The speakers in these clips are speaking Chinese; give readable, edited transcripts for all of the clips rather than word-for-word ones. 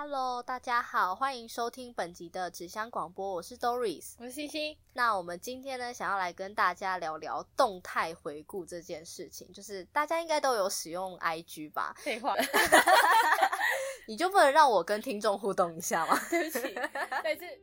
Hello， 大家好，欢迎收听本集的纸箱广播，我是 Doris， 我是西西。 那我们今天呢，想要来跟大家聊聊动态回顾这件事情，就是大家应该都有使用 IG 吧？ 废话， 你就不能让我跟听众互动一下吗？ 对不起，但是。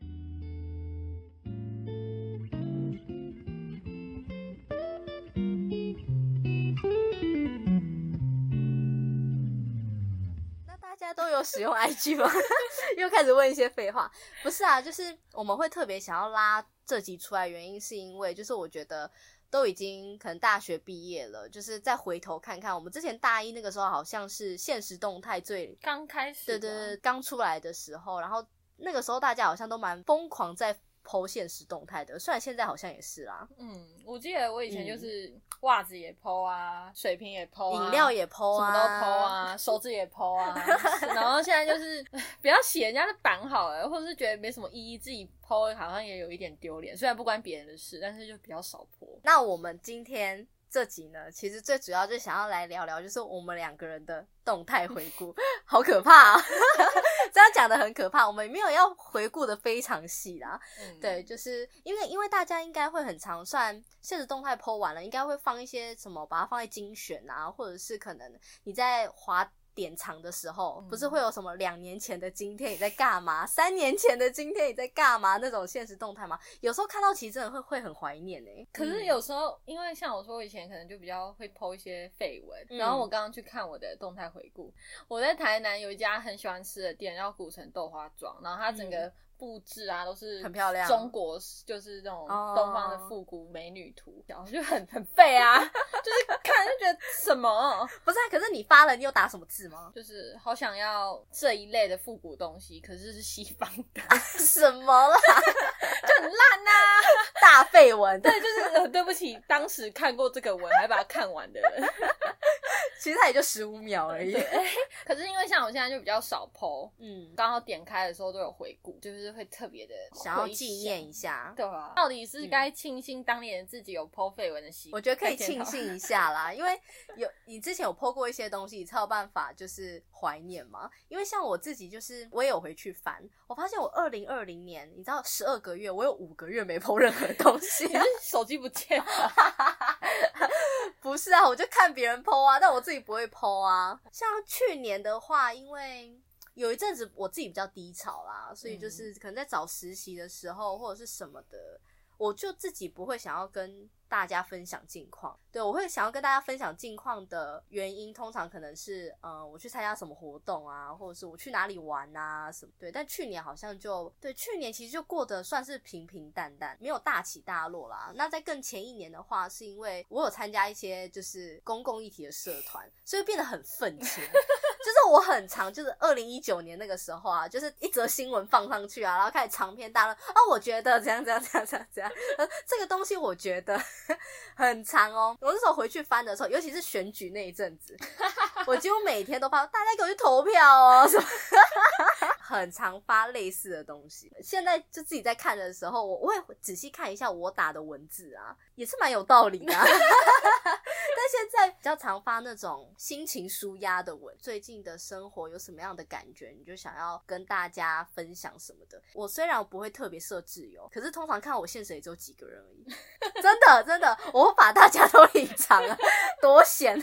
大家都有使用 IG 吗？又开始问一些废话。不是啊，就是我们会特别想要拉这集出来，原因是因为就是我觉得都已经可能大学毕业了，就是再回头看看我们之前大一那个时候好像是限时动态最刚开始， 对，刚出来的时候，然后那个时候大家好像都蛮疯狂在po 限时动态的，虽然现在好像也是啦。 我记得我以前就是袜子也 po 啊，水瓶也 po 啊， 饮料也 po 啊， 什么都 po 啊，手指也 po 啊，然后现在就是不要写人家的版好了，或者是觉得没什么意义，自己 po 好像也有一点丢脸，虽然不关别人的事，但是就比较少 po。 那我们今天这集呢，其实最主要就想要来聊聊，就是我们两个人的动态回顾，好可怕啊！这样讲的很可怕，我们没有要回顾的非常细啦。对，就是因为大家应该会很常算限时动态 po 完了，应该会放一些什么，把它放在精选啊，或者是可能你在滑典藏的时候，不是会有什么2年前的今天你在干嘛，3年前的今天你在干嘛那种限时动态吗？有时候看到其实真的会很怀念欸。 可是有时候因为像我说我以前可能就比较会 po 一些绯闻，然后我刚刚去看我的动态回顾，我在台南有一家很喜欢吃的店叫古城豆花庄，然后它整个布置啊都是很漂亮， 中国就是那种东方的复古美女图，然后就很废啊，就是看就觉得什么不是啊，可是你发了你有打什么字吗？ 就是好想要这一类的复古东西，可是是西方的什么啦就很烂啊， 大绯闻。 对，就是对不起当时看过这个文还把它看完的人其实它也就15秒而已。 可是因为像我现在就比较少 po，刚好点开的时候都有回顾，就是会特别的想要纪念一下， 对吧？到底是该庆幸当年自己有 po 绯闻的习惯， 我觉得可以庆幸一下啦，因为你之前有 po 过一些东西，你才有办法就是怀念嘛。因为像我自己就是我也有回去翻，我发现我2020年你知道12个月我有5个月没 po 任何东西， 你是手机不见了不是啊，我就看别人 po 啊，但我自己不会 po 啊。像去年的话，因为有一阵子我自己比较低潮啦，所以就是可能在找实习的时候或者是什么的，我就自己不会想要跟大家分享近况。对，我会想要跟大家分享近况的原因通常可能是我去参加什么活动啊，或者是我去哪里玩啊什么。对，但去年好像去年其实就过得算是平平淡淡，没有大起大落啦。那在更前一年的话，是因为我有参加一些就是公共议题的社团，所以变得很愤青就是我很常就是2019年那个时候啊，就是一则新闻放上去啊，然后开始长篇大论我觉得怎样这个东西我觉得很长哦。我那时候回去翻的时候，尤其是选举那一阵子我几乎每天都发大家给我去投票哦什么很常发类似的东西。现在就自己在看的时候，我会仔细看一下我打的文字啊，也是蛮有道理的但现在比较常发那种心情抒压的文，最近的生活有什么样的感觉，你就想要跟大家分享什么的。我虽然不会特别设置哟，可是通常看我现实也只有几个人而已真的我会把大家都隐藏了多闲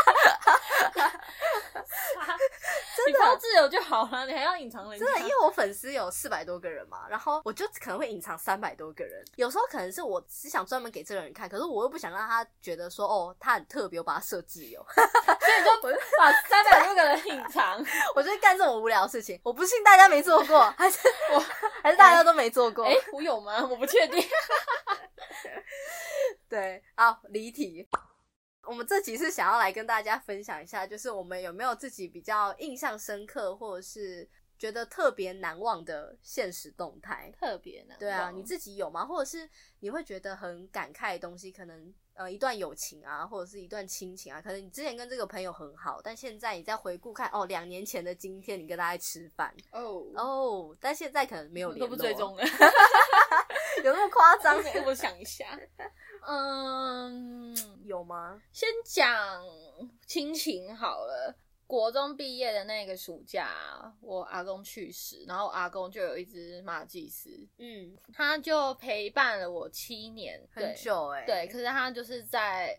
你放自由就好了，你还要隐藏人家？ 真的，因为我粉丝有400多个人嘛，然后我就可能会隐藏300多个人。有时候可能是我只想专门给这个人看，可是我又不想让他觉得说他很特别，我把他设自由所以你就把300多个人隐藏我就会干这种无聊的事情。我不信大家没做过还是大家都没做过我有吗？我不确定对，好，离题。我们这集是想要来跟大家分享一下，就是我们有没有自己比较印象深刻或者是觉得特别难忘的现实动态。 特别难忘， 对啊，你自己有吗？或者是你会觉得很感慨的东西，可能一段友情啊，或者是一段亲情啊，可能你之前跟这个朋友很好，但现在你再回顾看2年前的今天你跟他在吃饭但现在可能没有联络， 都不追踪了有那么夸张？ 我想一下有吗？ 先讲亲情好了。 国中毕业的那个暑假我阿公去世，然后我阿公就有一只马尔济斯，他就陪伴了我7年， 很久对，可是他就是在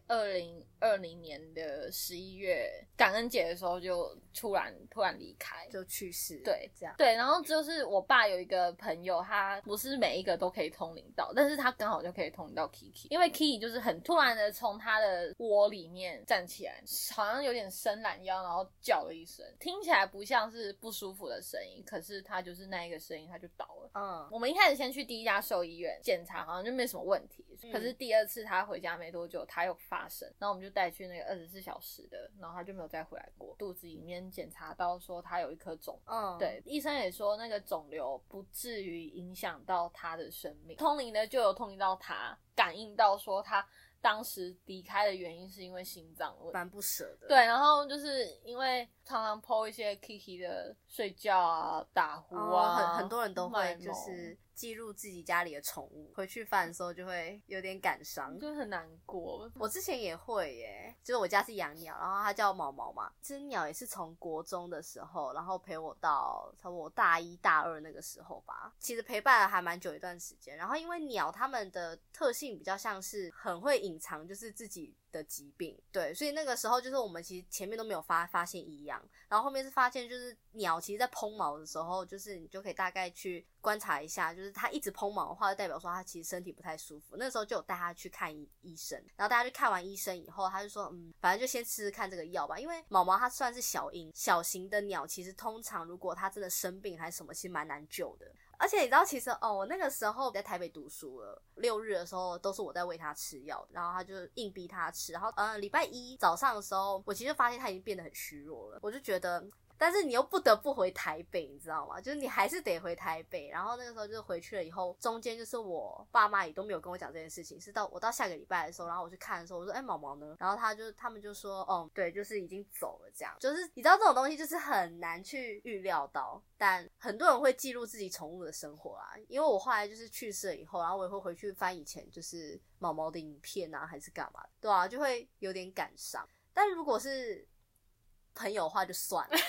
2020年的11月感恩节的时候就突然离开， 就去世， 对， 这样对，然后就是我爸有一个朋友，他不是每一个都可以通灵到，但是他刚好就可以通灵到 Kiki， 因为 Kiki 就是很突然的从他的窝里面站起来，好像有点伸懒腰，然后叫了一声，听起来不像是不舒服的声音，可是他就是那一个声音他就倒了。我们一开始先去第一家兽医院检查，好像就没什么问题，可是第二次他回家没多久他又发生，然后我们就带去那个24小时的，然后他就没有再回来过，肚子里面检查到说他有一颗肿，对，医生也说那个肿瘤不至于影响到他的生命，通灵的就有通灵到他，感应到说他当时离开的原因是因为心脏问题， 蛮不舍的。 对，然后就是因为常常 po 一些 Kiki 的睡觉啊、打呼啊， 很多人都会就是记录自己家里的宠物，回去翻的时候就会有点感伤， 就很难过。 我之前也会耶，就是我家是养鸟，然后它叫毛毛嘛，这只鸟也是从国中的时候，然后陪我到差不多我大1大2那个时候吧，其实陪伴了还蛮久一段时间。然后因为鸟它们的特性比较像是很会隐藏就是自己的疾病，对，所以那个时候就是我们其实前面都没有发现异样，然后后面是发现就是鸟其实在蓬毛的时候，就是你就可以大概去观察一下，就是它一直蓬毛的话就代表说它其实身体不太舒服，那时候就有带它去看医生，然后带它去看完医生以后，他就说反正就先吃吃看这个药吧，因为毛毛它算是小型的鸟，其实通常如果它真的生病还是什么，其实蛮难救的。而且你知道其实我那个时候在台北读书了，6日的时候都是我在喂他吃药，然后他就硬逼他吃，然后礼拜1早上的时候我其实发现他已经变得很虚弱了，我就觉得但是你又不得不回台北，你知道吗？就是你还是得回台北。然后那个时候就回去了以后，中间就是我爸妈也都没有跟我讲这件事情，是到我到下个礼拜的时候，然后我去看的时候，我说毛毛呢？然后他们就说对，就是已经走了这样。就是你知道这种东西就是很难去预料到，但很多人会记录自己宠物的生活啦。因为我后来就是去世了以后，然后我也会回去翻以前就是毛毛的影片啊，还是干嘛的，对啊，就会有点感伤。但如果是朋友的话就算了，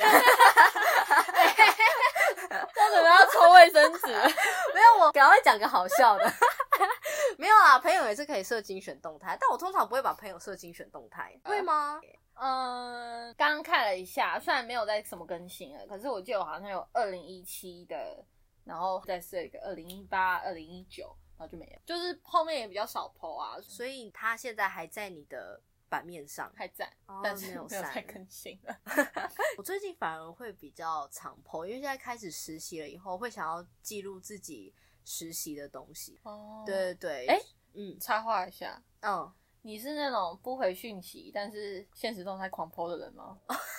我准备要抽卫生纸了。 没有，我赶快讲个好笑的。没有啦，朋友也是可以设精选动态，但我通常不会把朋友设精选动态，会吗？ 刚刚看了一下，虽然没有在什么更新了，可是我记得我好像有2017的，然后再设一个2018、2019，然后就没了，就是后面也比较少 po 啊， 所以他现在还在你的版面上， 还在，但是没有再更新了。 我最近反而会比较常 po， 因为现在开始实习了以后，会想要记录自己实习的东西。对对对， 插话一下，你是那种不回讯息，但是现实动态狂 po 的人吗？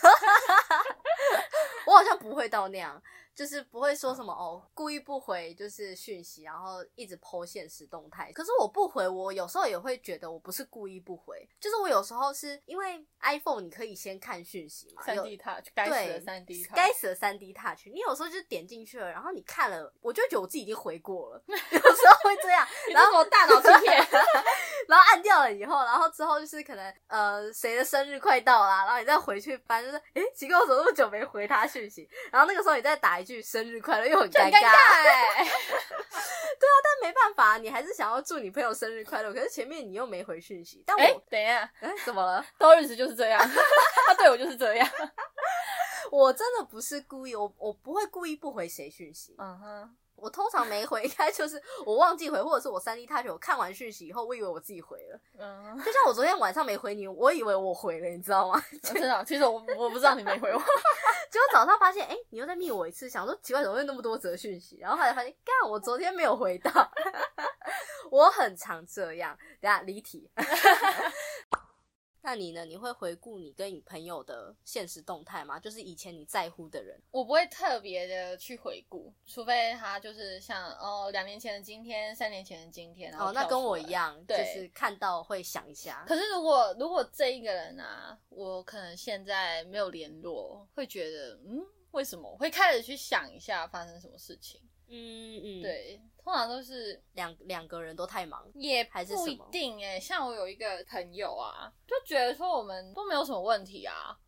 我好像不会到那样，就是不会说什么故意不回就是讯息，然后一直 po 现实动态。可是我不回，我有时候也会觉得我不是故意不回，就是我有时候是因为 iPhone 你可以先看讯息嘛 ，3D Touch， 该死的 3D Touch， 该死的 3D Touch， 你有时候就点进去了，然后你看了，我就会觉得我自己已经回过了，有时候会这样，然后我大脑欺骗， 然后按掉了以后，然后之后就是可能谁的生日快到啦，然后你再回去翻，就是奇怪我怎么那么久没回他讯息，然后那个时候你再打一句生日快乐，又很尴尬，对啊，但没办法，你还是想要祝你朋友生日快乐，可是前面你又没回讯息，但我等一下， 怎么了？ 都日子就是这样，他对我就是这样， 我真的不是故意，我不会故意不回谁讯息，我通常没回，应该就是我忘记回，或者是我3D Touch， 我看完讯息以后，我以为我自己回了。就像我昨天晚上没回你，我以为我回了，你知道吗？ 真的，其实我不知道你没回我。 结果早上发现，你又在密我一次，想说奇怪，怎么会那么多则讯息？然后后来发现，干，我昨天没有回到。我很常这样，等一下离题。那你呢？你会回顾你跟你朋友的现实动态吗？就是以前你在乎的人。 我不会特别的去回顾，除非他就是像2年前的今天，3年前的今天，然后那跟我一样，就是看到会想一下。 可是如果这一个人啊，我可能现在没有联络，会觉得为什么？会开始去想一下发生什么事情。对，通常都是两个人都太忙， 也不一定像我有一个朋友啊，就觉得说我们都没有什么问题啊，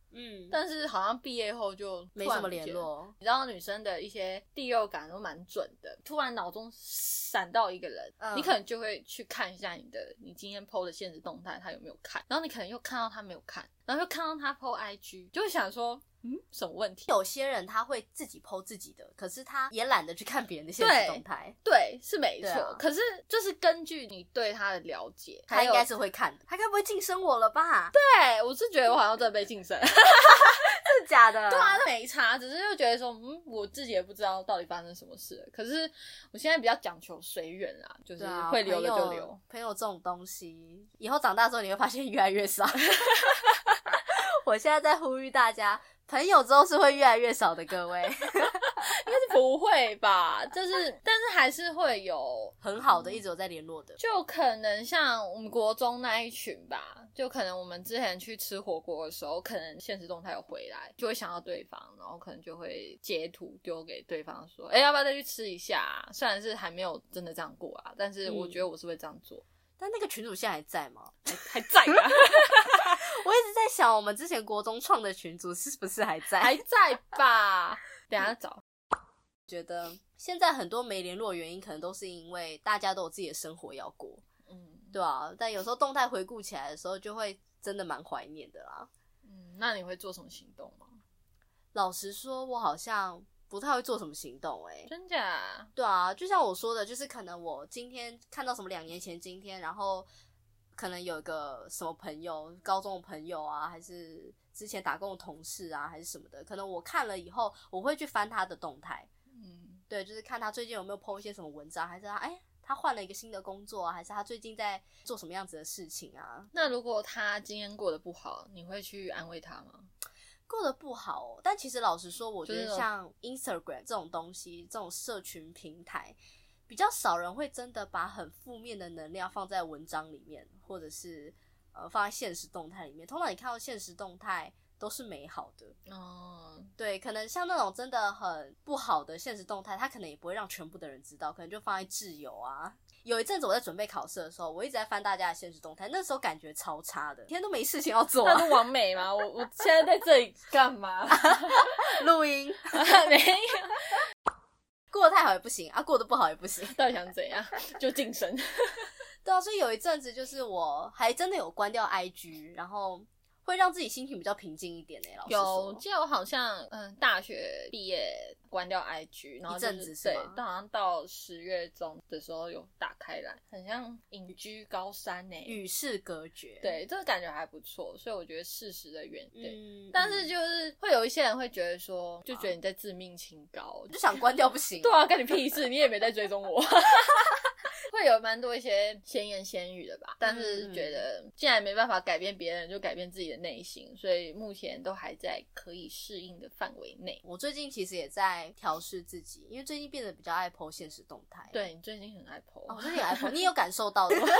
但是好像毕业后就没什么联络。 你知道女生的一些第六感都蛮准的，突然脑中闪到一个人，你可能就会去看一下你今天 po 的现实动态他有没有看，然后你可能又看到他没有看，然后又看到他 po IG， 就会想说什么问题？ 有些人他会自己 po 自己的，可是他也懒得去看别人的现实动态。 对，是没错。可是就是根据你对他的了解， 他应该是会看的。他该不会晋升我了吧？ 对，我是觉得我好像真的被晋升。 真的假的？ 对啊，没差，只是就觉得说，我自己也不知道到底发生什么事了。可是我现在比较讲求随缘啦，就是会留的就留。 朋友这种东西，以后长大之后你会发现越来越少。我现在在呼吁大家，朋友之后是会越来越少的，各位。 应该是不会吧？但是还是会有很好的，一直有在联络的。 就可能像我们国中那一群吧，就可能我们之前去吃火锅的时候，可能现实动态有回来，就会想到对方，然后可能就会截图丢给对方说，要不要再去吃一下啊？虽然是还没有真的这样过啊，但是我觉得我是会这样做。 但那个群主现在还在吗？ 还在啊。 我一直在想，我们之前国中创的群组是不是还在？ 还在吧，等一下找。 觉得现在很多没联络的原因，可能都是因为大家都有自己的生活要过，对啊。但有时候动态回顾起来的时候，就会真的蛮怀念的啦。 那你会做什么行动吗？ 老实说，我好像不太会做什么行动真假？ 对啊，就像我说的，就是可能我今天看到什么2年前今天，然后可能有一个什么朋友，高中的朋友啊，还是之前打工的同事啊，还是什么的，可能我看了以后，我会去翻他的动态。对，就是看他最近有没有 po 一些什么文章，还是他换了一个新的工作啊，还是他最近在做什么样子的事情啊。 那如果他今天过得不好，你会去安慰他吗？ 过得不好但其实老实说，我觉得像 Instagram 这种东西，这种社群平台，比较少人会真的把很负面的能量放在文章里面，或者是放在现实动态里面。通常你看到现实动态都是美好的对，可能像那种真的很不好的现实动态，他可能也不会让全部的人知道，可能就放在挚友啊。有一阵子我在准备考试的时候，我一直在翻大家的现实动态，那时候感觉超差的，天都没事情要做那是完美吗？我现在在这里干嘛？ 录音没有。 过得太好也不行啊，过得不好也不行， 到底想怎样？就晋升。 对啊，所以有一阵子就是我还真的有关掉 IG， 然后会让自己心情比较平静一点老实说。 有，记得我好像大学毕业关掉 IG， 然后一阵子是吗？ 对，好像到10月中的时候有打开来，很像隐居高山与世隔绝。 对，这个感觉还不错，所以我觉得适时的远离。但是就是会有一些人会觉得说，就觉得你在自命清高， 就想关掉不行。 对啊，干你屁事，你也没在追踪我。会有蛮多一些闲言闲语的吧，但是觉得既然没办法改变别人，就改变自己的内心，所以目前都还在可以适应的范围内。 我最近其实也在调试自己，因为最近变得比较爱 po 现实动态。 对，你最近很爱 po。 我最近也爱 po， 你有感受到的吗？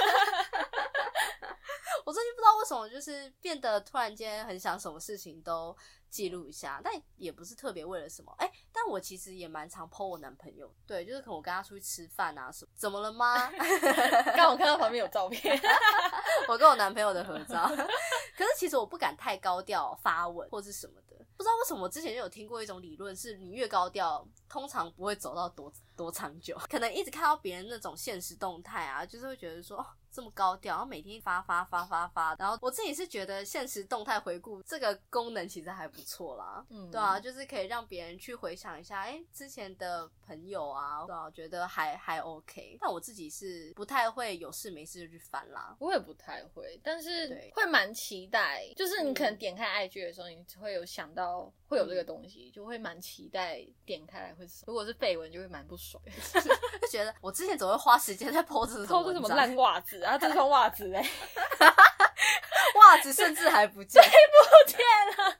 我最近不知道为什么就是变得突然间很想什么事情都记录一下，但也不是特别为了什么但我其实也蛮常 po 我男朋友，对，就是可能我跟他出去吃饭啊什么，怎么了吗？ 刚我看到旁边有照片。 我跟我男朋友的合照。可是其实我不敢太高调发文或是什么的，不知道为什么我之前就有听过一种理论，是你越高调通常不会走到多长久。可能一直看到别人那种现实动态啊，就是会觉得说这么高调，然后每天发，然后我自己是觉得现实动态回顾这个功能其实还不错啦。对啊，就是可以让别人去回想一下之前的朋友啊，对啊，觉得还 OK。但我自己是不太会有事没事就去翻啦。 我也不太会，但是会蛮期待，就是你可能点开 IG 的时候，你会有想到会有这个东西，就会蛮期待点开来会是什么。如果是绯闻就会蛮不爽。 就觉得我之前总会花时间在 po 这种什么烂袜子啊，这双袜子嘞。 袜子甚至还不见。 不见了。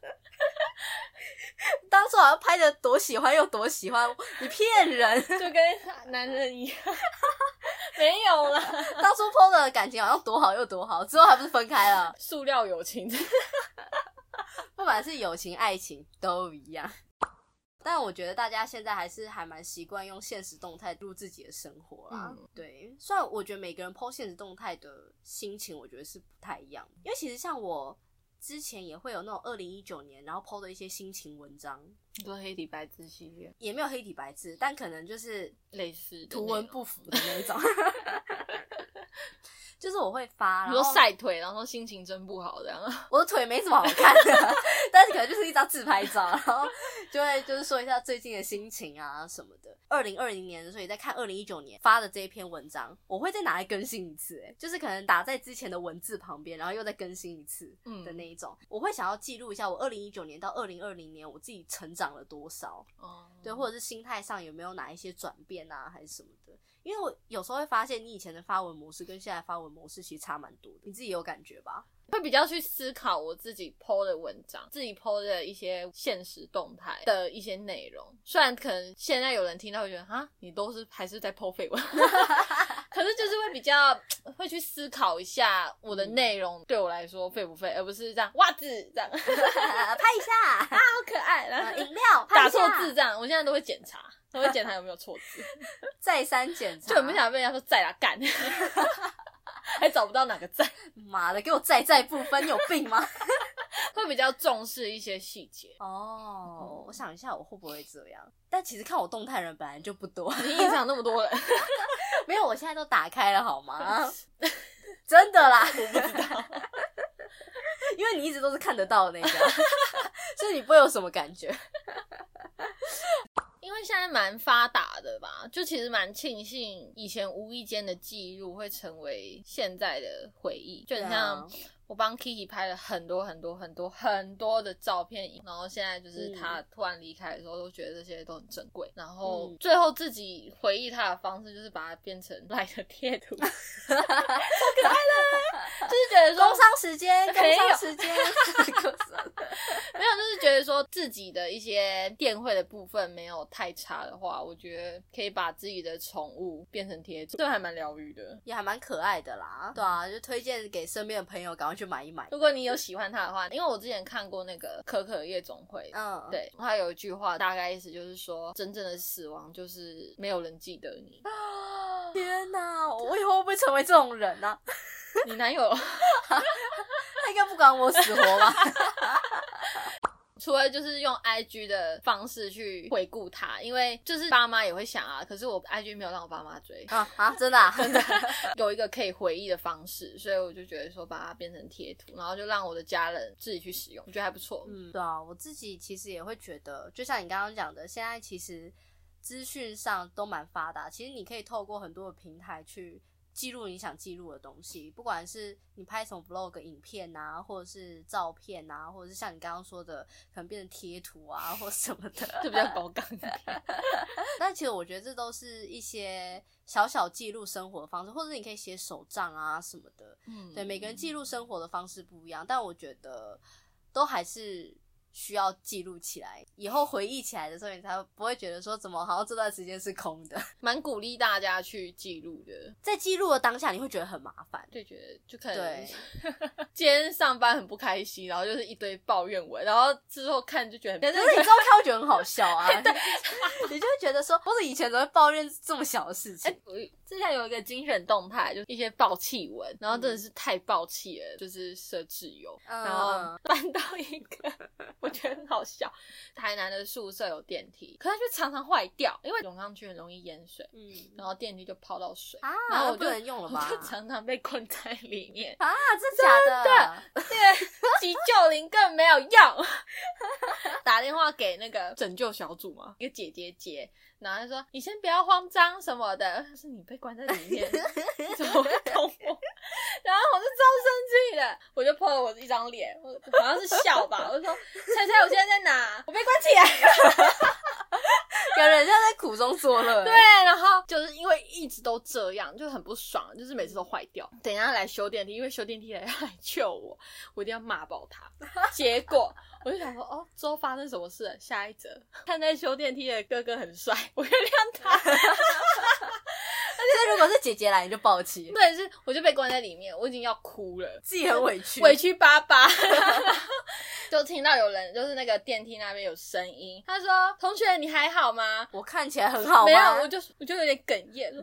当初好像拍的多喜欢又多喜欢，你骗人。 就跟男人一样。没有啦， 当初 po 的感情好像多好又多好，之后还不是分开了。 塑料友情。 不管是友情爱情都一样。但我觉得大家现在还蛮习惯用现实动态录自己的生活啦。对，虽然我觉得每个人 po 现实动态的心情我觉得是不太一样的，因为其实像我之前也会有那种2019年然后 po 的一些心情文章， 你说黑底白字系列也没有黑底白字，但可能就是类似图文不符的那种就是我会发， 你说晒腿，然后说心情真不好这样。 我的腿没什么好看的但是可能就是一张自拍照，然后就会就是说一下最近的心情啊什么的。2020年的时候也在看2019年发的这一篇文章，我会再拿来更新一次，就是可能打在之前的文字旁边，然后又再更新一次的那一种。我会想要记录一下我2019年到2020年我自己成长了多少，对，或者是心态上有没有哪一些转变啊还是什么的。因为我有时候会发现你以前的发文模式跟现在发文模式其实差蛮多的，你自己有感觉吧？ 会比较去思考我自己 po 的文章，自己 po 的一些现实动态的一些内容。虽然可能现在有人听到会觉得哈，你都是还是在 po 废文可是就是会比较会去思考一下我的内容对我来说废不废，而不是这样袜子这样拍一下啊好可爱，然后饮料打错字这样，我现在都会检查有没有错字再三检查， 就很不想被人家说在啦干还找不到哪个在， 妈的给我在不分，你有病吗会比较重视一些细节我想一下我会不会这样，但其实看我动态人本来就不多， 你印象那么多人没有，我现在都打开了好吗真的啦我不知道因为你一直都是看得到的那个所以你不会有什么感觉因为现在蛮发达的吧，就其实蛮庆幸以前无意间的记录会成为现在的回忆，就很像我帮 Kiki 拍了很多的照片，然后现在就是他突然离开的时候都觉得这些都很珍贵，然后最后自己回忆他的方式就是把它变成LINE的贴图超可爱的就是觉得说工商时间没有就是觉得说自己的一些电绘的部分没有太差的话，我觉得可以把自己的宠物变成贴图，这还蛮疗愈的， 也还蛮可爱的啦。对啊，就推荐给身边的朋友赶快去买一买。 如果你有喜欢他的话，因为我之前看过那个可可夜总会，对，他有一句话大概意思就是说真正的死亡就是没有人记得你天哪，我以后会不会成为这种人啊你男友他应该不管我死活吧除了就是用 IG 的方式去回顾他，因为就是爸妈也会想啊，可是我 IG 没有让我爸妈追真的真的有一个可以回忆的方式，所以我就觉得说把它变成贴图，然后就让我的家人自己去使用，我觉得还不错。 对啊，我自己其实也会觉得就像你刚刚讲的，现在其实资讯上都蛮发达，其实你可以透过很多的平台去记录你想记录的东西，不管是你拍什么 vlog 影片啊，或者是照片啊，或者是像你刚刚说的可能变成贴图啊或什么的就比较高纲但其实我觉得这都是一些小小记录生活的方式，或者你可以写手账啊什么的对，每个人记录生活的方式不一样，但我觉得都还是需要记录起来，以后回忆起来的时候你才不会觉得说怎么好像这段时间是空的， 蛮鼓励大家去记录的。 在记录的当下你会觉得很麻烦， 就觉得就可能今天上班很不开心，然后就是一堆抱怨文，然后之后看就觉得可是你之后看会觉得很好笑啊对你就会觉得说我以前怎么会抱怨这么小的事情之前有一个精选动态，就是一些爆气文，然后真的是太爆气了，就是设置有然后搬到一个我觉得很好笑，台南的宿舍有电梯，可是它就常常坏掉，因为涌上去很容易淹水然后电梯就泡到水然后我就不能用了吧， 我就常常被困在里面真假的急救铃更没有用打电话给那个拯救小组嘛，一个姐姐接，然后就说你先不要慌张什么的，是你被关在里面你怎么会懂我然后我就超生气的，我就 po 了我一张脸，我好像是笑吧，我就说猜猜我现在在哪，我被关起来感觉人家在苦中作乐对，然后就是因为一直都这样就很不爽，就是每次都坏掉，等一下来修电梯，因为修电梯来救我一定要骂爆他结果我就想说之后发生什么事了，下一则看在修电梯的哥哥很帅，我原谅他所以如果是姐姐来你就爆气， 对，是我就被关在里面，我已经要哭了， 自己很委屈委屈巴巴就听到有人就是那个电梯那边有声音，他说同学你还好吗， 我看起来很好吗， 没有，我就有点哽咽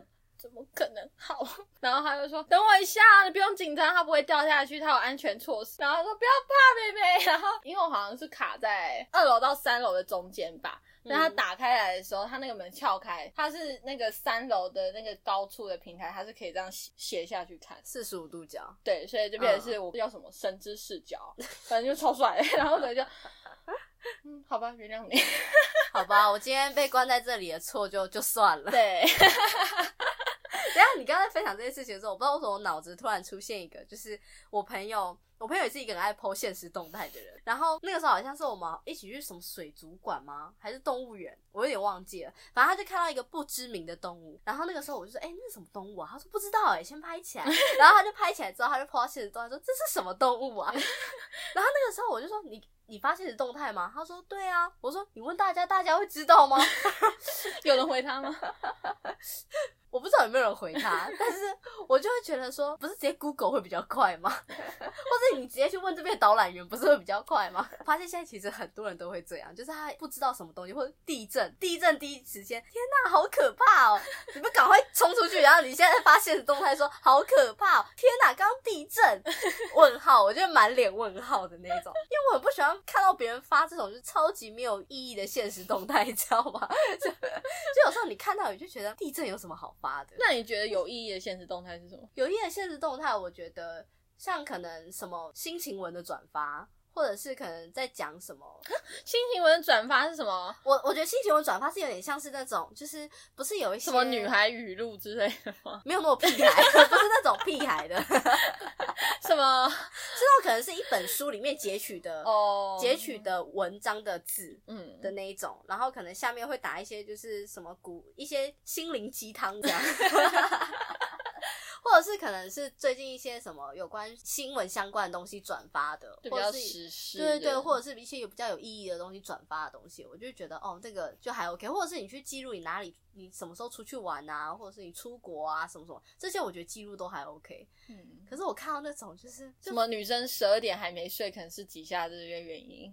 怎么可能好？然后他就说等我一下，你不用紧张，他不会掉下去，他有安全措施。然后他说不要怕妹妹，然后因为我好像是卡在2楼到3楼的中间吧，但他打开来的时候，他那个门撬开，他是那个3楼的那个高处的平台，他是可以这样斜下去看 45度角， 对，所以就变成是我叫什么神之视角，反正就超帅的。然后我就好吧，原谅你。 好吧，我今天被关在这里的错就算了。 对。 等一下，你刚才分享这件事情的时候，我不知道为什么我脑子突然出现一个，就是我朋友也是一个很爱 po 现实动态的人，然后那个时候好像是我们一起去什么水族馆吗？还是动物园？我有点忘记了。反正他就看到一个不知名的动物，然后那个时候我就说：“那是什么动物啊？”他说：“不知道先拍起来。”然后他就拍起来之后，他就 po 到现实动态说：“这是什么动物啊？”然后那个时候我就说：“你发现实动态吗？”他说：“对啊。”我说：“你问大家会知道吗？” 有人回他吗？ 我不知道有没有人回他，但是我就会觉得说，不是直接 Google 会比较快吗？或者你直接去问这边的导览员，不是会比较快吗？发现现在其实很多人都会这样，就是他不知道什么东西，或者地震第一时间，天哪，好可怕哦！你不赶快冲出去，然后你现在发现实动态说好可怕哦，天哪，刚地震！问号，我就满脸问号的那种，因为我很不喜欢看到别人发这种就是超级没有意义的现实动态，你知道吗？就有时候你看到你就觉得地震有什么好发的？ 那你觉得有意义的现实动态是什么？ 有意义的现实动态，我觉得像可能什么新情文的转发，或者是可能在讲什么新情文转发是什么？ 我觉得新情文转发是有点像是那种，就是不是有一些什么女孩语录之类的吗？ 没有那么屁孩，不是那种屁孩的， 什么？ 是那种可能是一本书里面截取的文章的字，的那一种，然后可能下面会打一些就是什么一些心灵鸡汤这样。或者是可能是最近一些什么有关新闻相关的东西转发的， 就比较时事， 对对对，或者是一些比较有意义的东西转发的东西，我就觉得这个就还 OK。或者是你去记录你你什么时候出去玩啊，或者是你出国啊什么什么，这些我觉得记录都还 OK。可是我看到那种就是什么女生12点还没睡，可能是几下这个原因。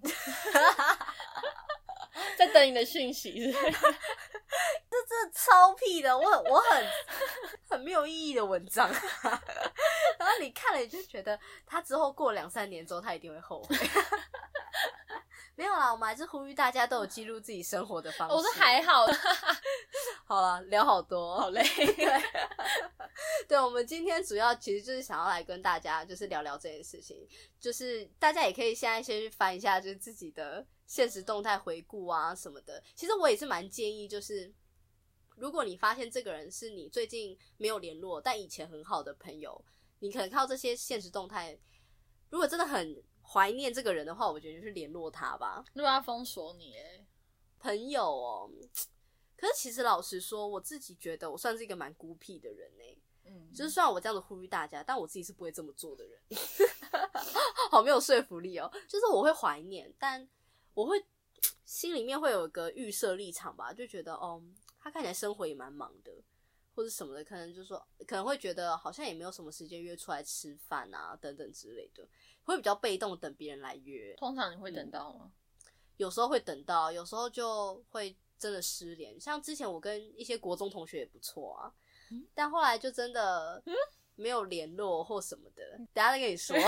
在等你的讯息是不是？ 这真的超屁的，我很没有意义的文章。然后你看了你就觉得他之后过2-3年之后他一定会后悔。没有啦，我们还是呼吁大家都有记录自己生活的方式。 我说还好。 好啦，聊好多， 好累。 对，我们今天主要其实就是想要来跟大家就是聊聊这件事情，就是大家也可以现在先去翻一下就是自己的现实动态回顾啊什么的。其实我也是蛮建议，就是如果你发现这个人是你最近没有联络但以前很好的朋友，你可能靠这些现实动态，如果真的很怀念这个人的话，我觉得就去联络他吧。 如果他封锁你朋友可是其实老实说，我自己觉得我算是一个蛮孤僻的人就是虽然我这样子呼吁大家，但我自己是不会这么做的人。好没有说服力就是我会怀念，但我会心里面会有一个预设立场吧，就觉得他看起来生活也蛮忙的或者什么的，可能就是说可能会觉得好像也没有什么时间约出来吃饭啊等等之类的，会比较被动等别人来约。 通常你会等到吗？ 有时候会等到，有时候就会真的失联。像之前我跟一些国中同学也不错啊，但后来就真的没有联络或什么的，等一下再跟你说。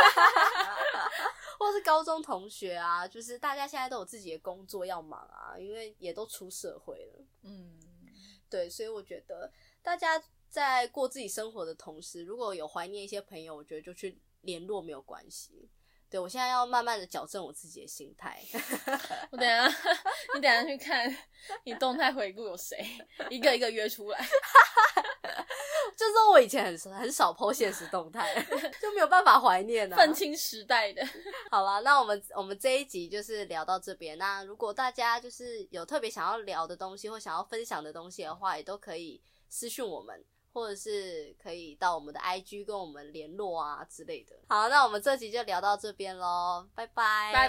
或是高中同学啊，就是大家现在都有自己的工作要忙啊，因为也都出社会了。对，所以我觉得大家在过自己生活的同时，如果有怀念一些朋友，我觉得就去联络没有关系。对，我现在要慢慢的矫正我自己的心态。 你等一下去看你动态回顾有谁，一个一个约出来。 就是说我以前很少 po 现实动态，就没有办法怀念啊。 愤青时代的。 好啦，那我们这一集就是聊到这边。那如果大家就是有特别想要聊的东西或想要分享的东西的话，也都可以私讯我们，或者是可以到我们的 IG 跟我们联络啊之类的。好，那我们这集就聊到这边咯，拜拜。 拜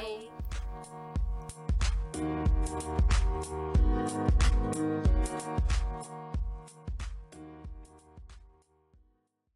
拜。